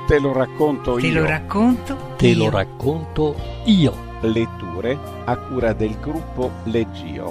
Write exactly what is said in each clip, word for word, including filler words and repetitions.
Te lo racconto Te io. lo racconto Te io. lo racconto io. Letture a cura del gruppo Leggio.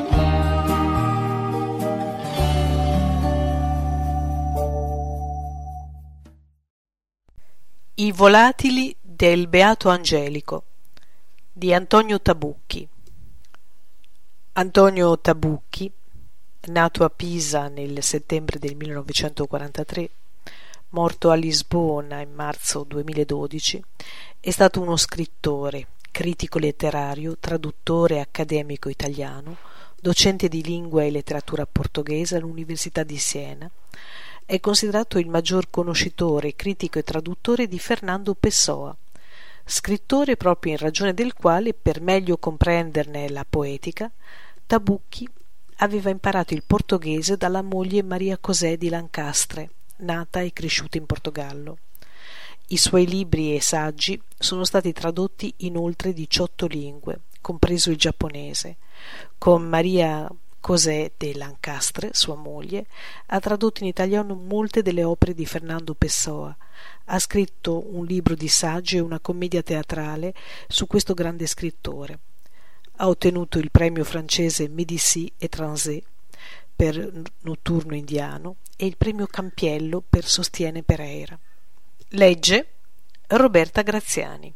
I volatili del Beato Angelico di Antonio Tabucchi. Antonio Tabucchi, nato a Pisa nel settembre del millenovecentoquarantatré, morto a Lisbona in marzo duemiladodici, è stato uno scrittore, critico letterario, traduttore accademico italiano, docente di lingua e letteratura portoghese all'Università di Siena. È considerato il maggior conoscitore, critico e traduttore di Fernando Pessoa, scrittore proprio in ragione del quale, per meglio comprenderne la poetica, Tabucchi aveva imparato il portoghese dalla moglie Maria José di Lancastre, nata e cresciuta in Portogallo. I suoi libri e saggi sono stati tradotti in oltre diciotto lingue, compreso il giapponese. Con Maria José de Lancastre, sua moglie, ha tradotto in italiano molte delle opere di Fernando Pessoa. Ha scritto un libro di saggi e una commedia teatrale su questo grande scrittore. Ha ottenuto il premio francese Médicis étranger per Notturno indiano e il premio Campiello per Sostiene Pereira. Legge Roberta Graziani.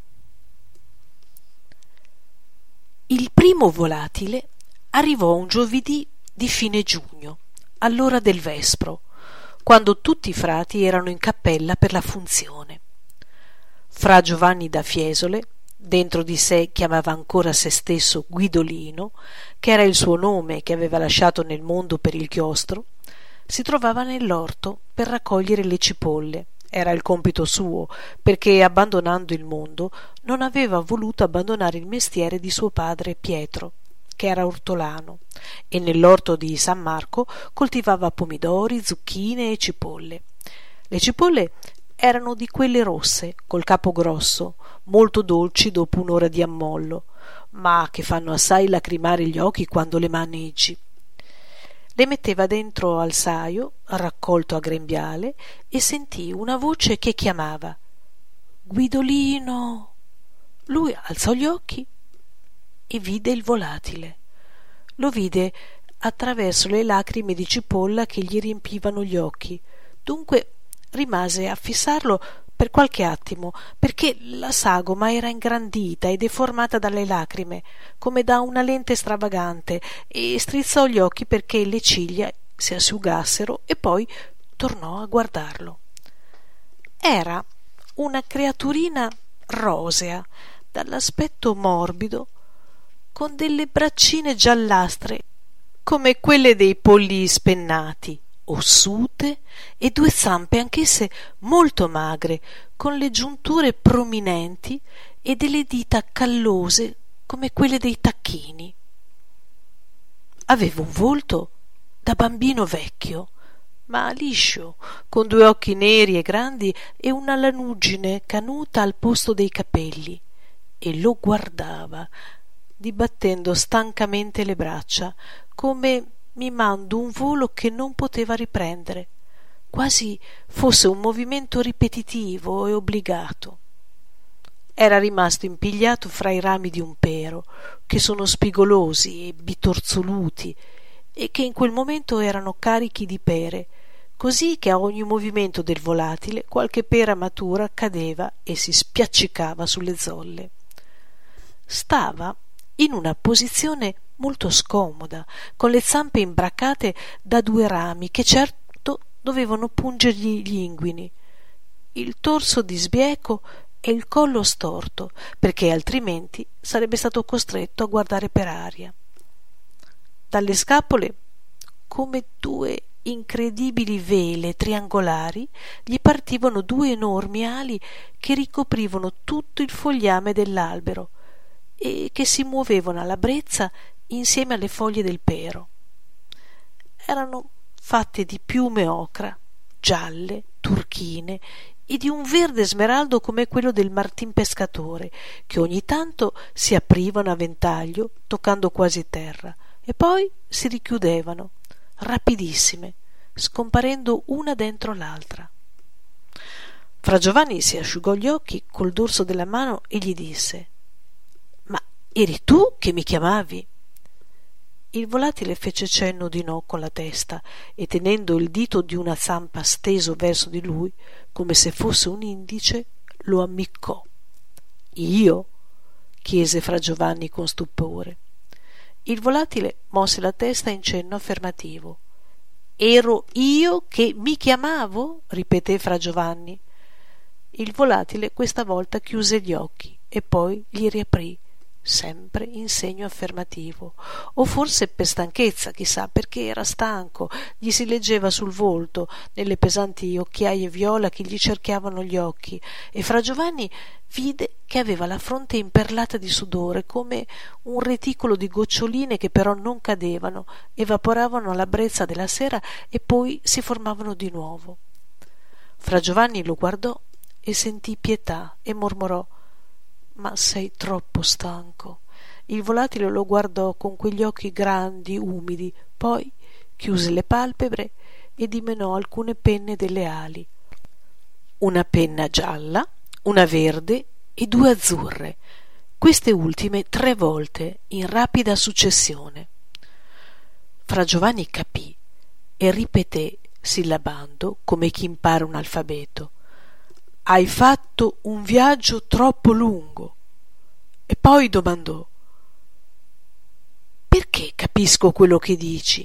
Il primo volatile arrivò un giovedì di fine giugno, all'ora del vespro, quando tutti i frati erano in cappella per la funzione. Fra Giovanni da Fiesole, dentro di sé chiamava ancora se stesso Guidolino, che era il suo nome che aveva lasciato nel mondo per il chiostro, si trovava nell'orto per raccogliere le cipolle. Era il compito suo, perché abbandonando il mondo non aveva voluto abbandonare il mestiere di suo padre Pietro, che era ortolano, e nell'orto di San Marco coltivava pomidori, zucchine e cipolle. Le cipolle erano di quelle rosse, col capo grosso, molto dolci dopo un'ora di ammollo, ma che fanno assai lacrimare gli occhi quando le maneggi. Le metteva dentro al saio, raccolto a grembiale, e sentì una voce che chiamava «Guidolino!». Lui alzò gli occhi e vide il volatile. Lo vide attraverso le lacrime di cipolla che gli riempivano gli occhi. Dunque rimase a fissarlo per qualche attimo, perché la sagoma era ingrandita e deformata dalle lacrime, come da una lente stravagante, e strizzò gli occhi perché le ciglia si asciugassero e poi tornò a guardarlo. Era una creaturina rosea, dall'aspetto morbido, con delle braccine giallastre come quelle dei polli spennati, ossute, e due zampe anch'esse molto magre, con le giunture prominenti e delle dita callose come quelle dei tacchini. Aveva un volto da bambino vecchio, ma liscio, con due occhi neri e grandi e una lanugine canuta al posto dei capelli, e lo guardava dibattendo stancamente le braccia, come mimando un volo che non poteva riprendere, quasi fosse un movimento ripetitivo e obbligato. Era rimasto impigliato fra i rami di un pero, che sono spigolosi e bitorzoluti, e che in quel momento erano carichi di pere, così che a ogni movimento del volatile qualche pera matura cadeva e si spiaccicava sulle zolle. Stava in una posizione molto scomoda, con le zampe imbraccate da due rami che certo dovevano pungergli gli inguini, il torso di sbieco e il collo storto, perché altrimenti sarebbe stato costretto a guardare per aria. Dalle scapole, come due incredibili vele triangolari, gli partivano due enormi ali che ricoprivano tutto il fogliame dell'albero e che si muovevano alla brezza insieme alle foglie del pero. Erano fatte di piume ocra, gialle, turchine e di un verde smeraldo come quello del martin pescatore, che ogni tanto si aprivano a ventaglio toccando quasi terra e poi si richiudevano, rapidissime, scomparendo una dentro l'altra. Fra Giovanni si asciugò gli occhi col dorso della mano e gli disse: «Ma eri tu che mi chiamavi?» Il volatile fece cenno di no con la testa e, tenendo il dito di una zampa steso verso di lui, come se fosse un indice, lo ammiccò. «Io?» chiese Fra Giovanni con stupore. Il volatile mosse la testa in cenno affermativo. «Ero io che mi chiamavo?» ripeté Fra Giovanni. Il volatile questa volta chiuse gli occhi e poi li riaprì, sempre in segno affermativo, o forse per stanchezza, chissà, perché era stanco. Gli si leggeva sul volto, nelle pesanti occhiaie viola che gli cerchiavano gli occhi, e Fra Giovanni vide che aveva la fronte imperlata di sudore, come un reticolo di goccioline che però non cadevano, evaporavano alla brezza della sera e poi si formavano di nuovo. Fra Giovanni lo guardò e sentì pietà e mormorò: «Ma sei troppo stanco». Il volatile lo guardò con quegli occhi grandi, umidi, poi chiuse le palpebre e dimenò alcune penne delle ali, una penna gialla, una verde e due azzurre, queste ultime tre volte in rapida successione. Fra Giovanni capì e ripeté sillabando come chi impara un alfabeto: «Hai fatto un viaggio troppo lungo». E poi domandò: «Perché capisco quello che dici?»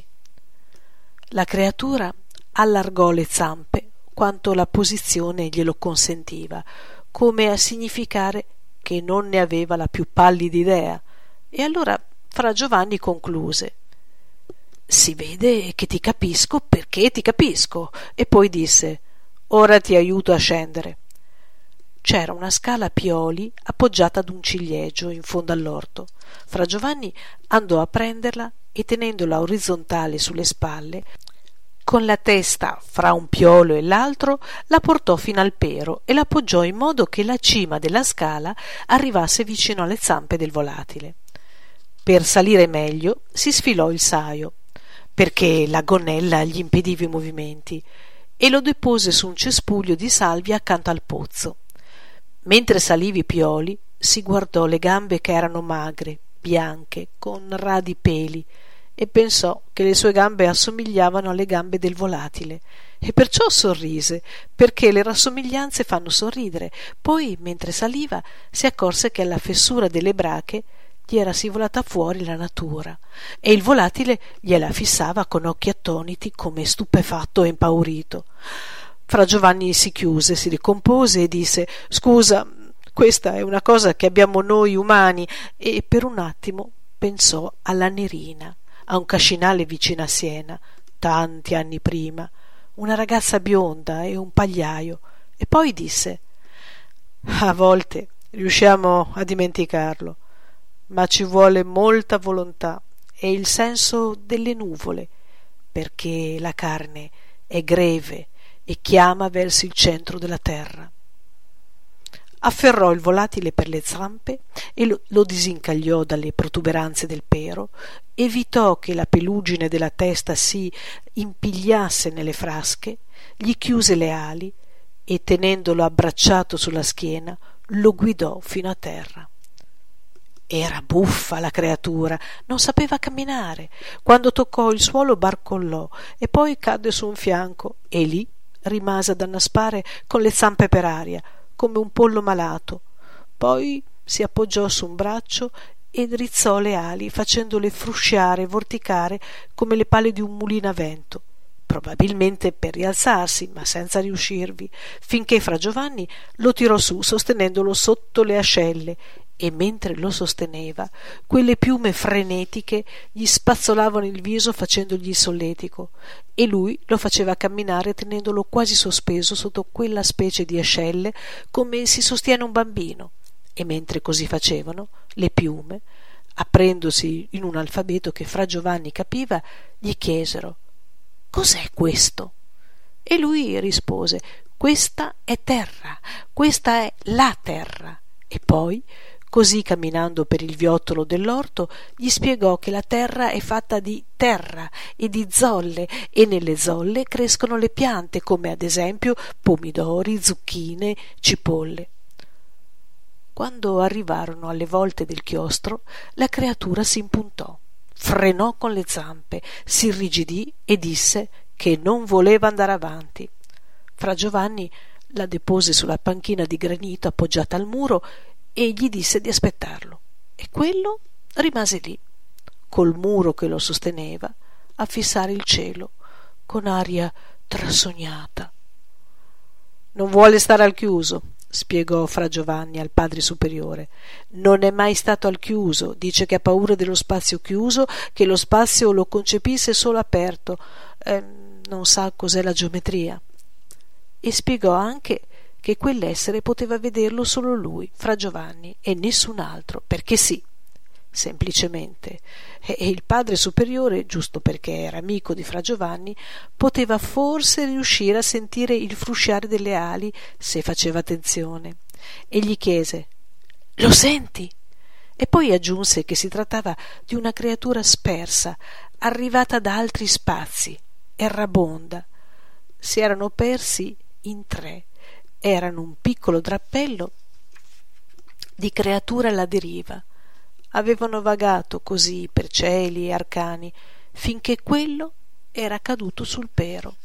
La creatura allargò le zampe quanto la posizione glielo consentiva, come a significare che non ne aveva la più pallida idea, e allora Fra Giovanni concluse: «Si vede che ti capisco perché ti capisco». E poi disse: «Ora ti aiuto a scendere». C'era una scala a pioli appoggiata ad un ciliegio in fondo all'orto. Fra Giovanni andò a prenderla e, tenendola orizzontale sulle spalle, con la testa fra un piolo e l'altro, la portò fino al pero e l'appoggiò in modo che la cima della scala arrivasse vicino alle zampe del volatile. Per salire meglio si sfilò il saio, perché la gonnella gli impediva i movimenti, e lo depose su un cespuglio di salvia accanto al pozzo. Mentre saliva i pioli, si guardò le gambe che erano magre, bianche, con radi peli, e pensò che le sue gambe assomigliavano alle gambe del volatile, e perciò sorrise, perché le rassomiglianze fanno sorridere. Poi, mentre saliva, si accorse che alla fessura delle brache gli era scivolata fuori la natura, e il volatile gliela fissava con occhi attoniti, come stupefatto e impaurito. Fra Giovanni si chiuse, si ricompose e disse: «Scusa, questa è una cosa che abbiamo noi umani», e per un attimo pensò alla Nerina, a un cascinale vicino a Siena, tanti anni prima, una ragazza bionda e un pagliaio, e poi disse: «A volte riusciamo a dimenticarlo, ma ci vuole molta volontà e il senso delle nuvole, perché la carne è greve e chiama verso il centro della terra». Afferrò il volatile per le zampe e lo, lo disincagliò dalle protuberanze del pero, evitò che la pelugine della testa si impigliasse nelle frasche, gli chiuse le ali e, tenendolo abbracciato sulla schiena, lo guidò fino a terra. Era buffa la creatura, non sapeva camminare. Quando toccò il suolo barcollò e poi cadde su un fianco, e lì rimase ad annaspare con le zampe per aria, come un pollo malato. Poi si appoggiò su un braccio e drizzò le ali, facendole frusciare e vorticare come le pale di un mulino a vento, probabilmente per rialzarsi, ma senza riuscirvi, finché Fra Giovanni lo tirò su sostenendolo sotto le ascelle, e mentre lo sosteneva quelle piume frenetiche gli spazzolavano il viso facendogli il solletico, e lui lo faceva camminare tenendolo quasi sospeso sotto quella specie di ascelle come si sostiene un bambino. E mentre così facevano, le piume, aprendosi in un alfabeto che Fra Giovanni capiva, gli chiesero: «Cos'è questo?» E lui rispose: «Questa è terra, questa è la terra». E poi, Così, camminando per il viottolo dell'orto, gli spiegò che la terra è fatta di terra e di zolle, e nelle zolle crescono le piante, come ad esempio pomidori, zucchine, cipolle. Quando arrivarono alle volte del chiostro, la creatura si impuntò, frenò con le zampe, si irrigidì e disse che non voleva andare avanti. Fra Giovanni la depose sulla panchina di granito appoggiata al muro e gli disse di aspettarlo, e quello rimase lì, col muro che lo sosteneva, a fissare il cielo, con aria trasognata. «Non vuole stare al chiuso», spiegò fra Giovanni al padre superiore. «Non è mai stato al chiuso, dice che ha paura dello spazio chiuso, che lo spazio lo concepisse solo aperto, eh, non sa cos'è la geometria». E spiegò anche che quell'essere poteva vederlo solo lui, fra Giovanni, e nessun altro, perché sì, semplicemente. E il padre superiore, giusto perché era amico di fra Giovanni, poteva forse riuscire a sentire il frusciare delle ali se faceva attenzione, e gli chiese: «Lo senti?» E poi aggiunse che si trattava di una creatura spersa, arrivata da altri spazi, errabonda. Si erano persi in tre, erano un piccolo drappello di creature alla deriva. Avevano vagato così per cieli e arcani finché quello era caduto sul pero,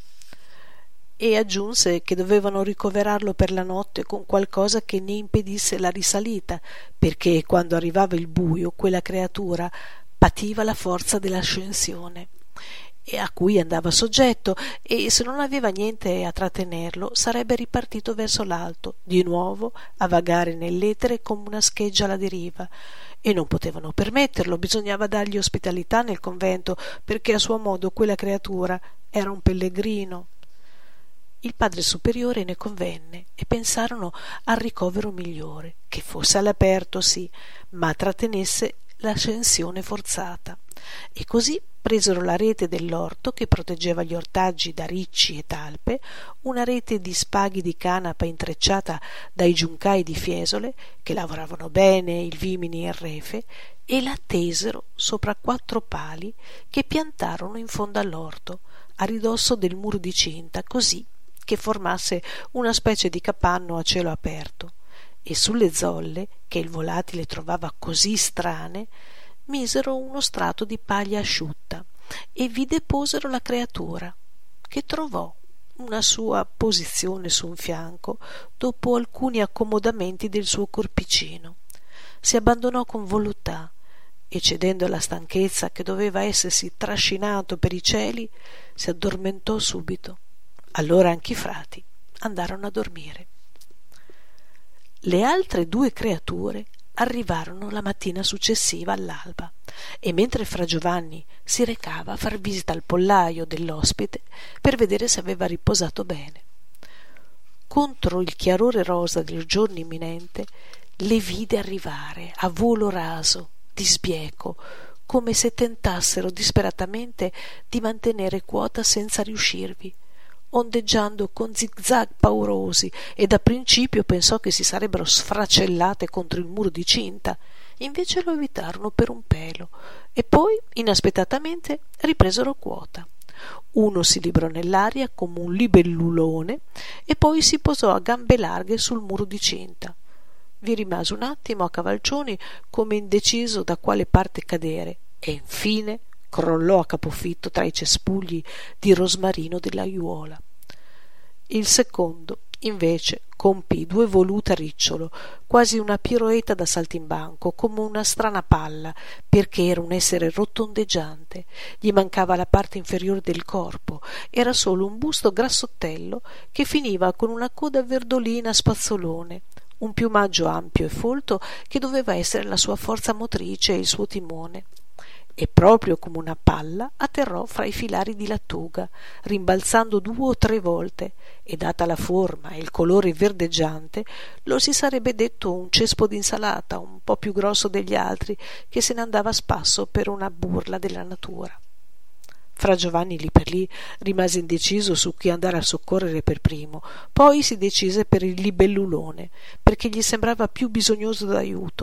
e aggiunse che dovevano ricoverarlo per la notte con qualcosa che ne impedisse la risalita, perché quando arrivava il buio quella creatura pativa la forza dell'ascensione e a cui andava soggetto, e se non aveva niente a trattenerlo sarebbe ripartito verso l'alto, di nuovo a vagare nell'etere come una scheggia alla deriva, e non potevano permetterlo, bisognava dargli ospitalità nel convento, perché a suo modo quella creatura era un pellegrino. Il padre superiore ne convenne e pensarono al ricovero migliore, che fosse all'aperto sì, ma trattenesse l'ascensione forzata, e così presero la rete dell'orto che proteggeva gli ortaggi da ricci e talpe, una rete di spaghi di canapa intrecciata dai giuncai di Fiesole che lavoravano bene il vimini e il refe, e la tesero sopra quattro pali che piantarono in fondo all'orto, a ridosso del muro di cinta, così che formasse una specie di capanno a cielo aperto, e sulle zolle, che il volatile trovava così strane, misero uno strato di paglia asciutta e vi deposero la creatura, che trovò una sua posizione su un fianco dopo alcuni accomodamenti del suo corpicino. Si abbandonò con voluttà e, cedendo alla stanchezza che doveva essersi trascinato per i cieli, si addormentò subito. Allora anche i frati andarono a dormire. Le altre due creature arrivarono la mattina successiva all'alba, e mentre fra Giovanni si recava a far visita al pollaio dell'ospite per vedere se aveva riposato bene, contro il chiarore rosa del giorno imminente le vide arrivare a volo raso, di sbieco, come se tentassero disperatamente di mantenere quota senza riuscirvi, ondeggiando con zig-zag paurosi, e da principio pensò che si sarebbero sfracellate contro il muro di cinta. Invece lo evitarono per un pelo, e poi inaspettatamente ripresero quota. Uno si librò nell'aria come un libellulone e poi si posò a gambe larghe sul muro di cinta. Vi rimase un attimo a cavalcioni, come indeciso da quale parte cadere, e infine crollò a capofitto tra i cespugli di rosmarino dell'aiuola. Il secondo invece compì due volute a ricciolo, quasi una piroetta da saltimbanco, come una strana palla, perché era un essere rotondeggiante. Gli mancava la parte inferiore del corpo, era solo un busto grassottello che finiva con una coda verdolina a spazzolone, un piumaggio ampio e folto che doveva essere la sua forza motrice e il suo timone. E proprio come una palla atterrò fra i filari di lattuga, rimbalzando due o tre volte, e data la forma e il colore verdeggiante lo si sarebbe detto un cespo d'insalata un po' più grosso degli altri, che se ne andava a spasso per una burla della natura. Fra Giovanni lì per lì rimase indeciso su chi andare a soccorrere per primo, poi si decise per il libellulone, perché gli sembrava più bisognoso d'aiuto,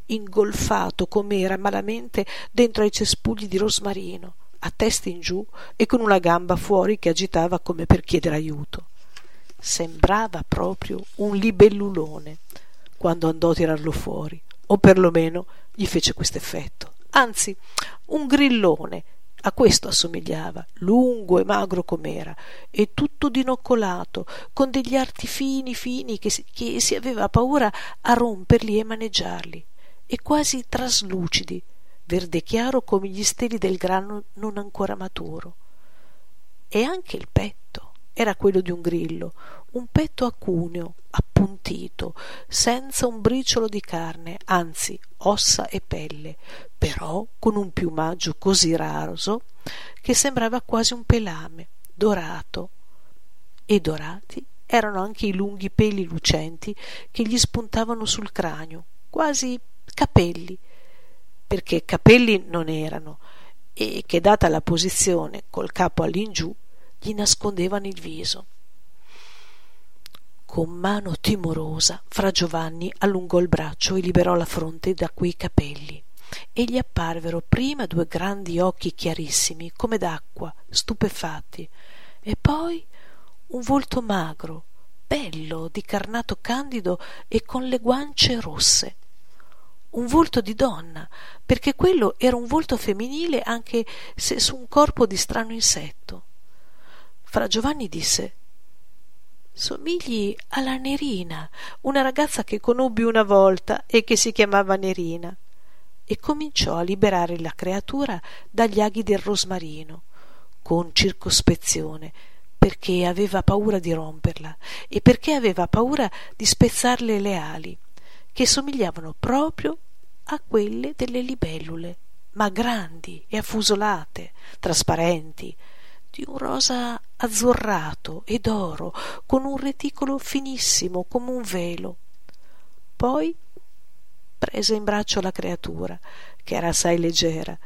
ingolfato com'era malamente dentro ai cespugli di rosmarino, a testa in giù e con una gamba fuori che agitava come per chiedere aiuto. Sembrava proprio un libellulone quando andò a tirarlo fuori, o perlomeno gli fece quest'effetto. Anzi, un grillone, a questo assomigliava, lungo e magro com'era, e tutto dinoccolato, con degli arti fini fini che si, che si aveva paura a romperli e maneggiarli, e quasi traslucidi, verde chiaro come gli steli del grano non ancora maturo. E anche il petto era quello di un grillo, un petto acuneo, appuntito, senza un briciolo di carne, anzi ossa e pelle, però con un piumaggio così raso che sembrava quasi un pelame, dorato. E dorati erano anche i lunghi peli lucenti che gli spuntavano sul cranio, quasi capelli, perché capelli non erano, e che, data la posizione col capo all'ingiù, gli nascondevano il viso. Con mano timorosa fra Giovanni allungò il braccio e liberò la fronte da quei capelli, e gli apparvero prima due grandi occhi chiarissimi come d'acqua, stupefatti, e poi un volto magro, bello, di carnato candido e con le guance rosse. Un volto di donna, perché quello era un volto femminile anche se su un corpo di strano insetto. Fra Giovanni disse: «Somigli alla Nerina, una ragazza che conobbi una volta e che si chiamava Nerina», e cominciò a liberare la creatura dagli aghi del rosmarino, con circospezione, perché aveva paura di romperla e perché aveva paura di spezzarle le ali, che somigliavano proprio a quelle delle libellule, ma grandi e affusolate, trasparenti, di un rosa azzurrato e d'oro, con un reticolo finissimo come un velo. Poi prese in braccio la creatura, che era assai leggera,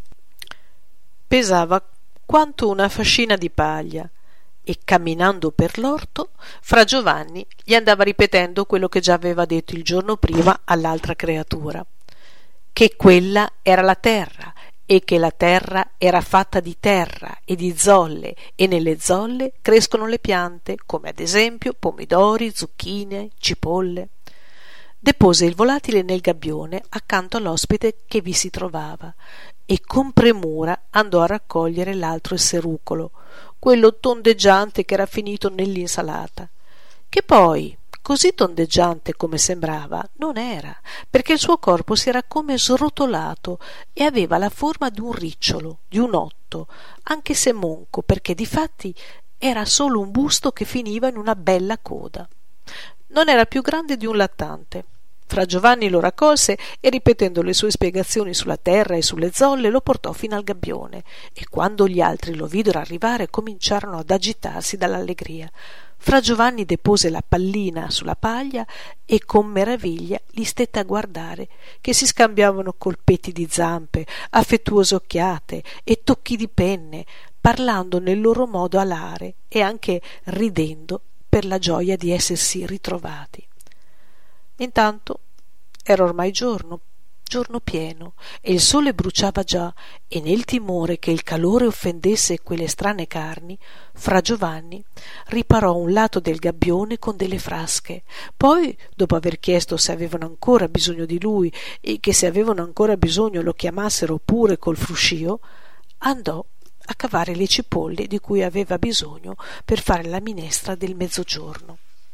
pesava quanto una fascina di paglia, e camminando per l'orto fra Giovanni gli andava ripetendo quello che già aveva detto il giorno prima all'altra creatura, che quella era la terra e che la terra era fatta di terra e di zolle, e nelle zolle crescono le piante, come ad esempio pomidori, zucchine, cipolle. Depose il volatile nel gabbione accanto all'ospite che vi si trovava, e con premura andò a raccogliere l'altro esserucolo, quello tondeggiante che era finito nell'insalata, che poi così tondeggiante come sembrava non era, perché il suo corpo si era come srotolato e aveva la forma di un ricciolo, di un otto, anche se monco, perché difatti era solo un busto che finiva in una bella coda. Non era più grande di un lattante. Fra Giovanni lo raccolse e, ripetendo le sue spiegazioni sulla terra e sulle zolle, lo portò fino al gabbione, e quando gli altri lo videro arrivare cominciarono ad agitarsi dall'allegria. Fra Giovanni depose la pallina sulla paglia e con meraviglia li stette a guardare, che si scambiavano colpetti di zampe, affettuose occhiate e tocchi di penne, parlando nel loro modo alare e anche ridendo per la gioia di essersi ritrovati. Intanto era ormai giorno, giorno pieno, e il sole bruciava già, e nel timore che il calore offendesse quelle strane carni, fra Giovanni riparò un lato del gabbione con delle frasche. Poi, dopo aver chiesto se avevano ancora bisogno di lui e che se avevano ancora bisogno lo chiamassero pure col fruscio, andò a cavare le cipolle di cui aveva bisogno per fare la minestra del mezzogiorno.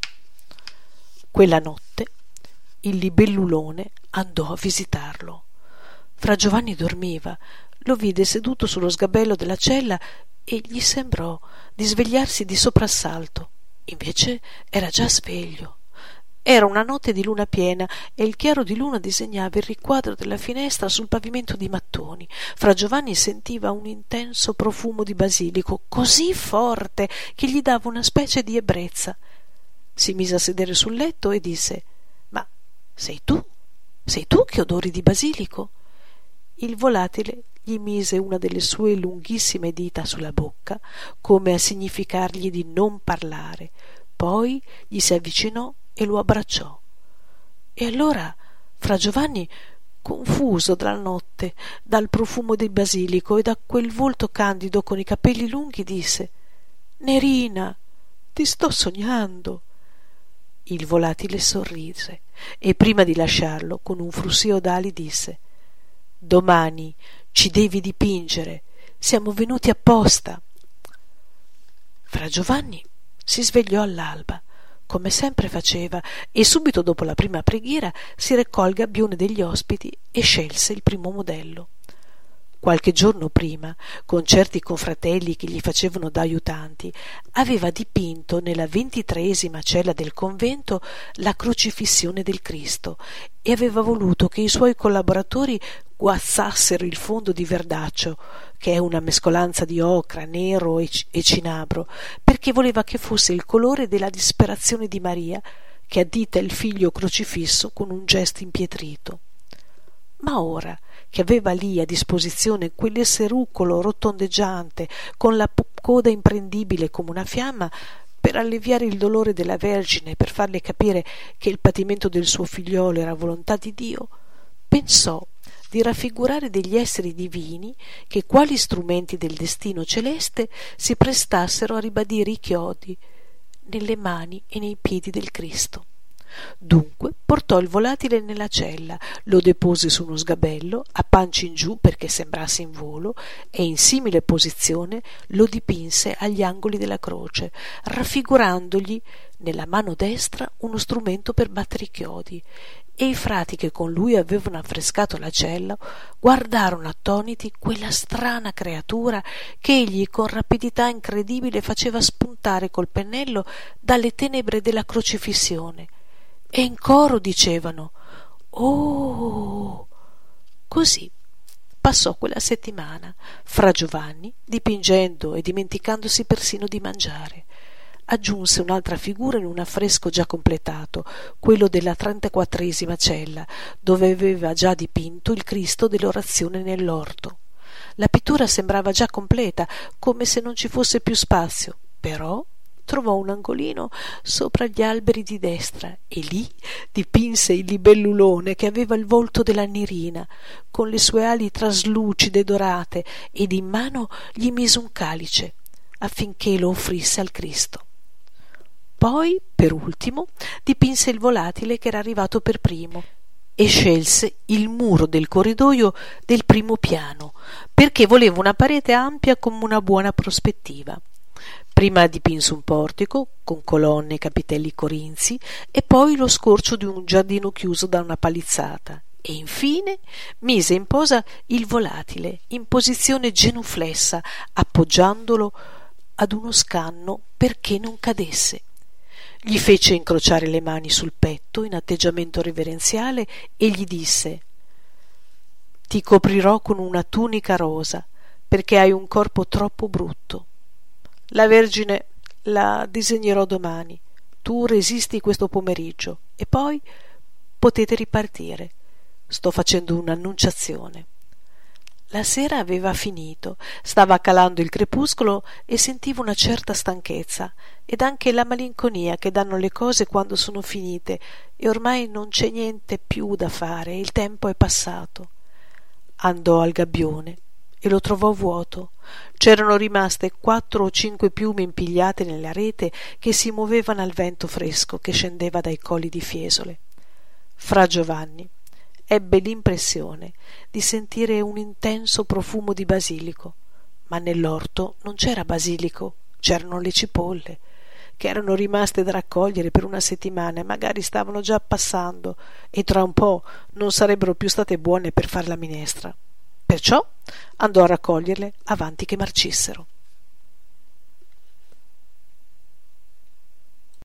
Quella notte il libellulone andò a visitarlo. Fra Giovanni dormiva, lo vide seduto sullo sgabello della cella e gli sembrò di svegliarsi di soprassalto. Invece era già sveglio. Era una notte di luna piena e il chiaro di luna disegnava il riquadro della finestra sul pavimento di mattoni. Fra Giovanni sentiva un intenso profumo di basilico così forte che gli dava una specie di ebbrezza. Si mise a sedere sul letto e disse: «Ma sei tu? Sei tu che odori di basilico?» Il volatile gli mise una delle sue lunghissime dita sulla bocca, come a significargli di non parlare. Poi gli si avvicinò e lo abbracciò. E allora fra Giovanni confuso dalla notte, dal profumo del basilico e da quel volto candido con i capelli lunghi, disse: «Nerina, ti sto sognando». Il volatile sorrise e prima di lasciarlo, con un fruscio d'ali, disse: «Domani ci devi dipingere, siamo venuti apposta». Fra Giovanni si svegliò all'alba, come sempre faceva, e subito dopo la prima preghiera si recò il gabbione degli ospiti e scelse il primo modello. Qualche giorno prima, con certi confratelli che gli facevano da aiutanti, aveva dipinto nella ventitreesima cella del convento la crocifissione del Cristo e aveva voluto che i suoi collaboratori guazzassero il fondo di verdaccio, che è una mescolanza di ocra, nero e, c- e cinabro, perché voleva che fosse il colore della disperazione di Maria, che addita il figlio crocifisso con un gesto impietrito. Ma ora che aveva lì a disposizione quell'esserucolo rotondeggiante con la coda imprendibile come una fiamma, per alleviare il dolore della Vergine, per farle capire che il patimento del suo figliolo era volontà di Dio, pensò di raffigurare degli esseri divini che, quali strumenti del destino celeste, si prestassero a ribadire i chiodi nelle mani e nei piedi del Cristo. Dunque portò il volatile nella cella, lo depose su uno sgabello a pancia in giù perché sembrasse in volo, e in simile posizione lo dipinse agli angoli della croce, raffigurandogli nella mano destra uno strumento per battere i chiodi, e i frati che con lui avevano affrescato la cella guardarono attoniti quella strana creatura che egli con rapidità incredibile faceva spuntare col pennello dalle tenebre della crocifissione, e in coro dicevano: «Oh!». Così passò quella settimana fra Giovanni, dipingendo e dimenticandosi persino di mangiare. Aggiunse un'altra figura in un affresco già completato, quello della trentaquattresima cella, dove aveva già dipinto il Cristo dell'orazione nell'orto. La pittura sembrava già completa, come se non ci fosse più spazio, però trovò un angolino sopra gli alberi di destra e lì dipinse il libellulone che aveva il volto della Nerina, con le sue ali traslucide dorate, ed in mano gli mise un calice affinché lo offrisse al Cristo. Poi, per ultimo, dipinse il volatile che era arrivato per primo e scelse il muro del corridoio del primo piano, perché voleva una parete ampia come una buona prospettiva. Prima dipinse un portico con colonne e capitelli corinzi, e poi lo scorcio di un giardino chiuso da una palizzata, e infine mise in posa il volatile in posizione genuflessa, appoggiandolo ad uno scanno perché non cadesse. Gli fece incrociare le mani sul petto in atteggiamento reverenziale e gli disse: «Ti coprirò con una tunica rosa perché hai un corpo troppo brutto. La Vergine la disegnerò domani, tu resisti questo pomeriggio e poi potete ripartire. Sto facendo un'annunciazione». La sera aveva finito, stava calando il crepuscolo e sentiva una certa stanchezza ed anche la malinconia che danno le cose quando sono finite e ormai non c'è niente più da fare, il tempo è passato. Andò al gabbione e lo trovò vuoto. C'erano rimaste quattro o cinque piume impigliate nella rete che si muovevano al vento fresco che scendeva dai colli di Fiesole. Fra Giovanni ebbe l'impressione di sentire un intenso profumo di basilico, ma nell'orto non c'era basilico, c'erano le cipolle, che erano rimaste da raccogliere per una settimana e magari stavano già passando e tra un po' non sarebbero più state buone per far la minestra. Perciò andò a raccoglierle avanti che marcissero.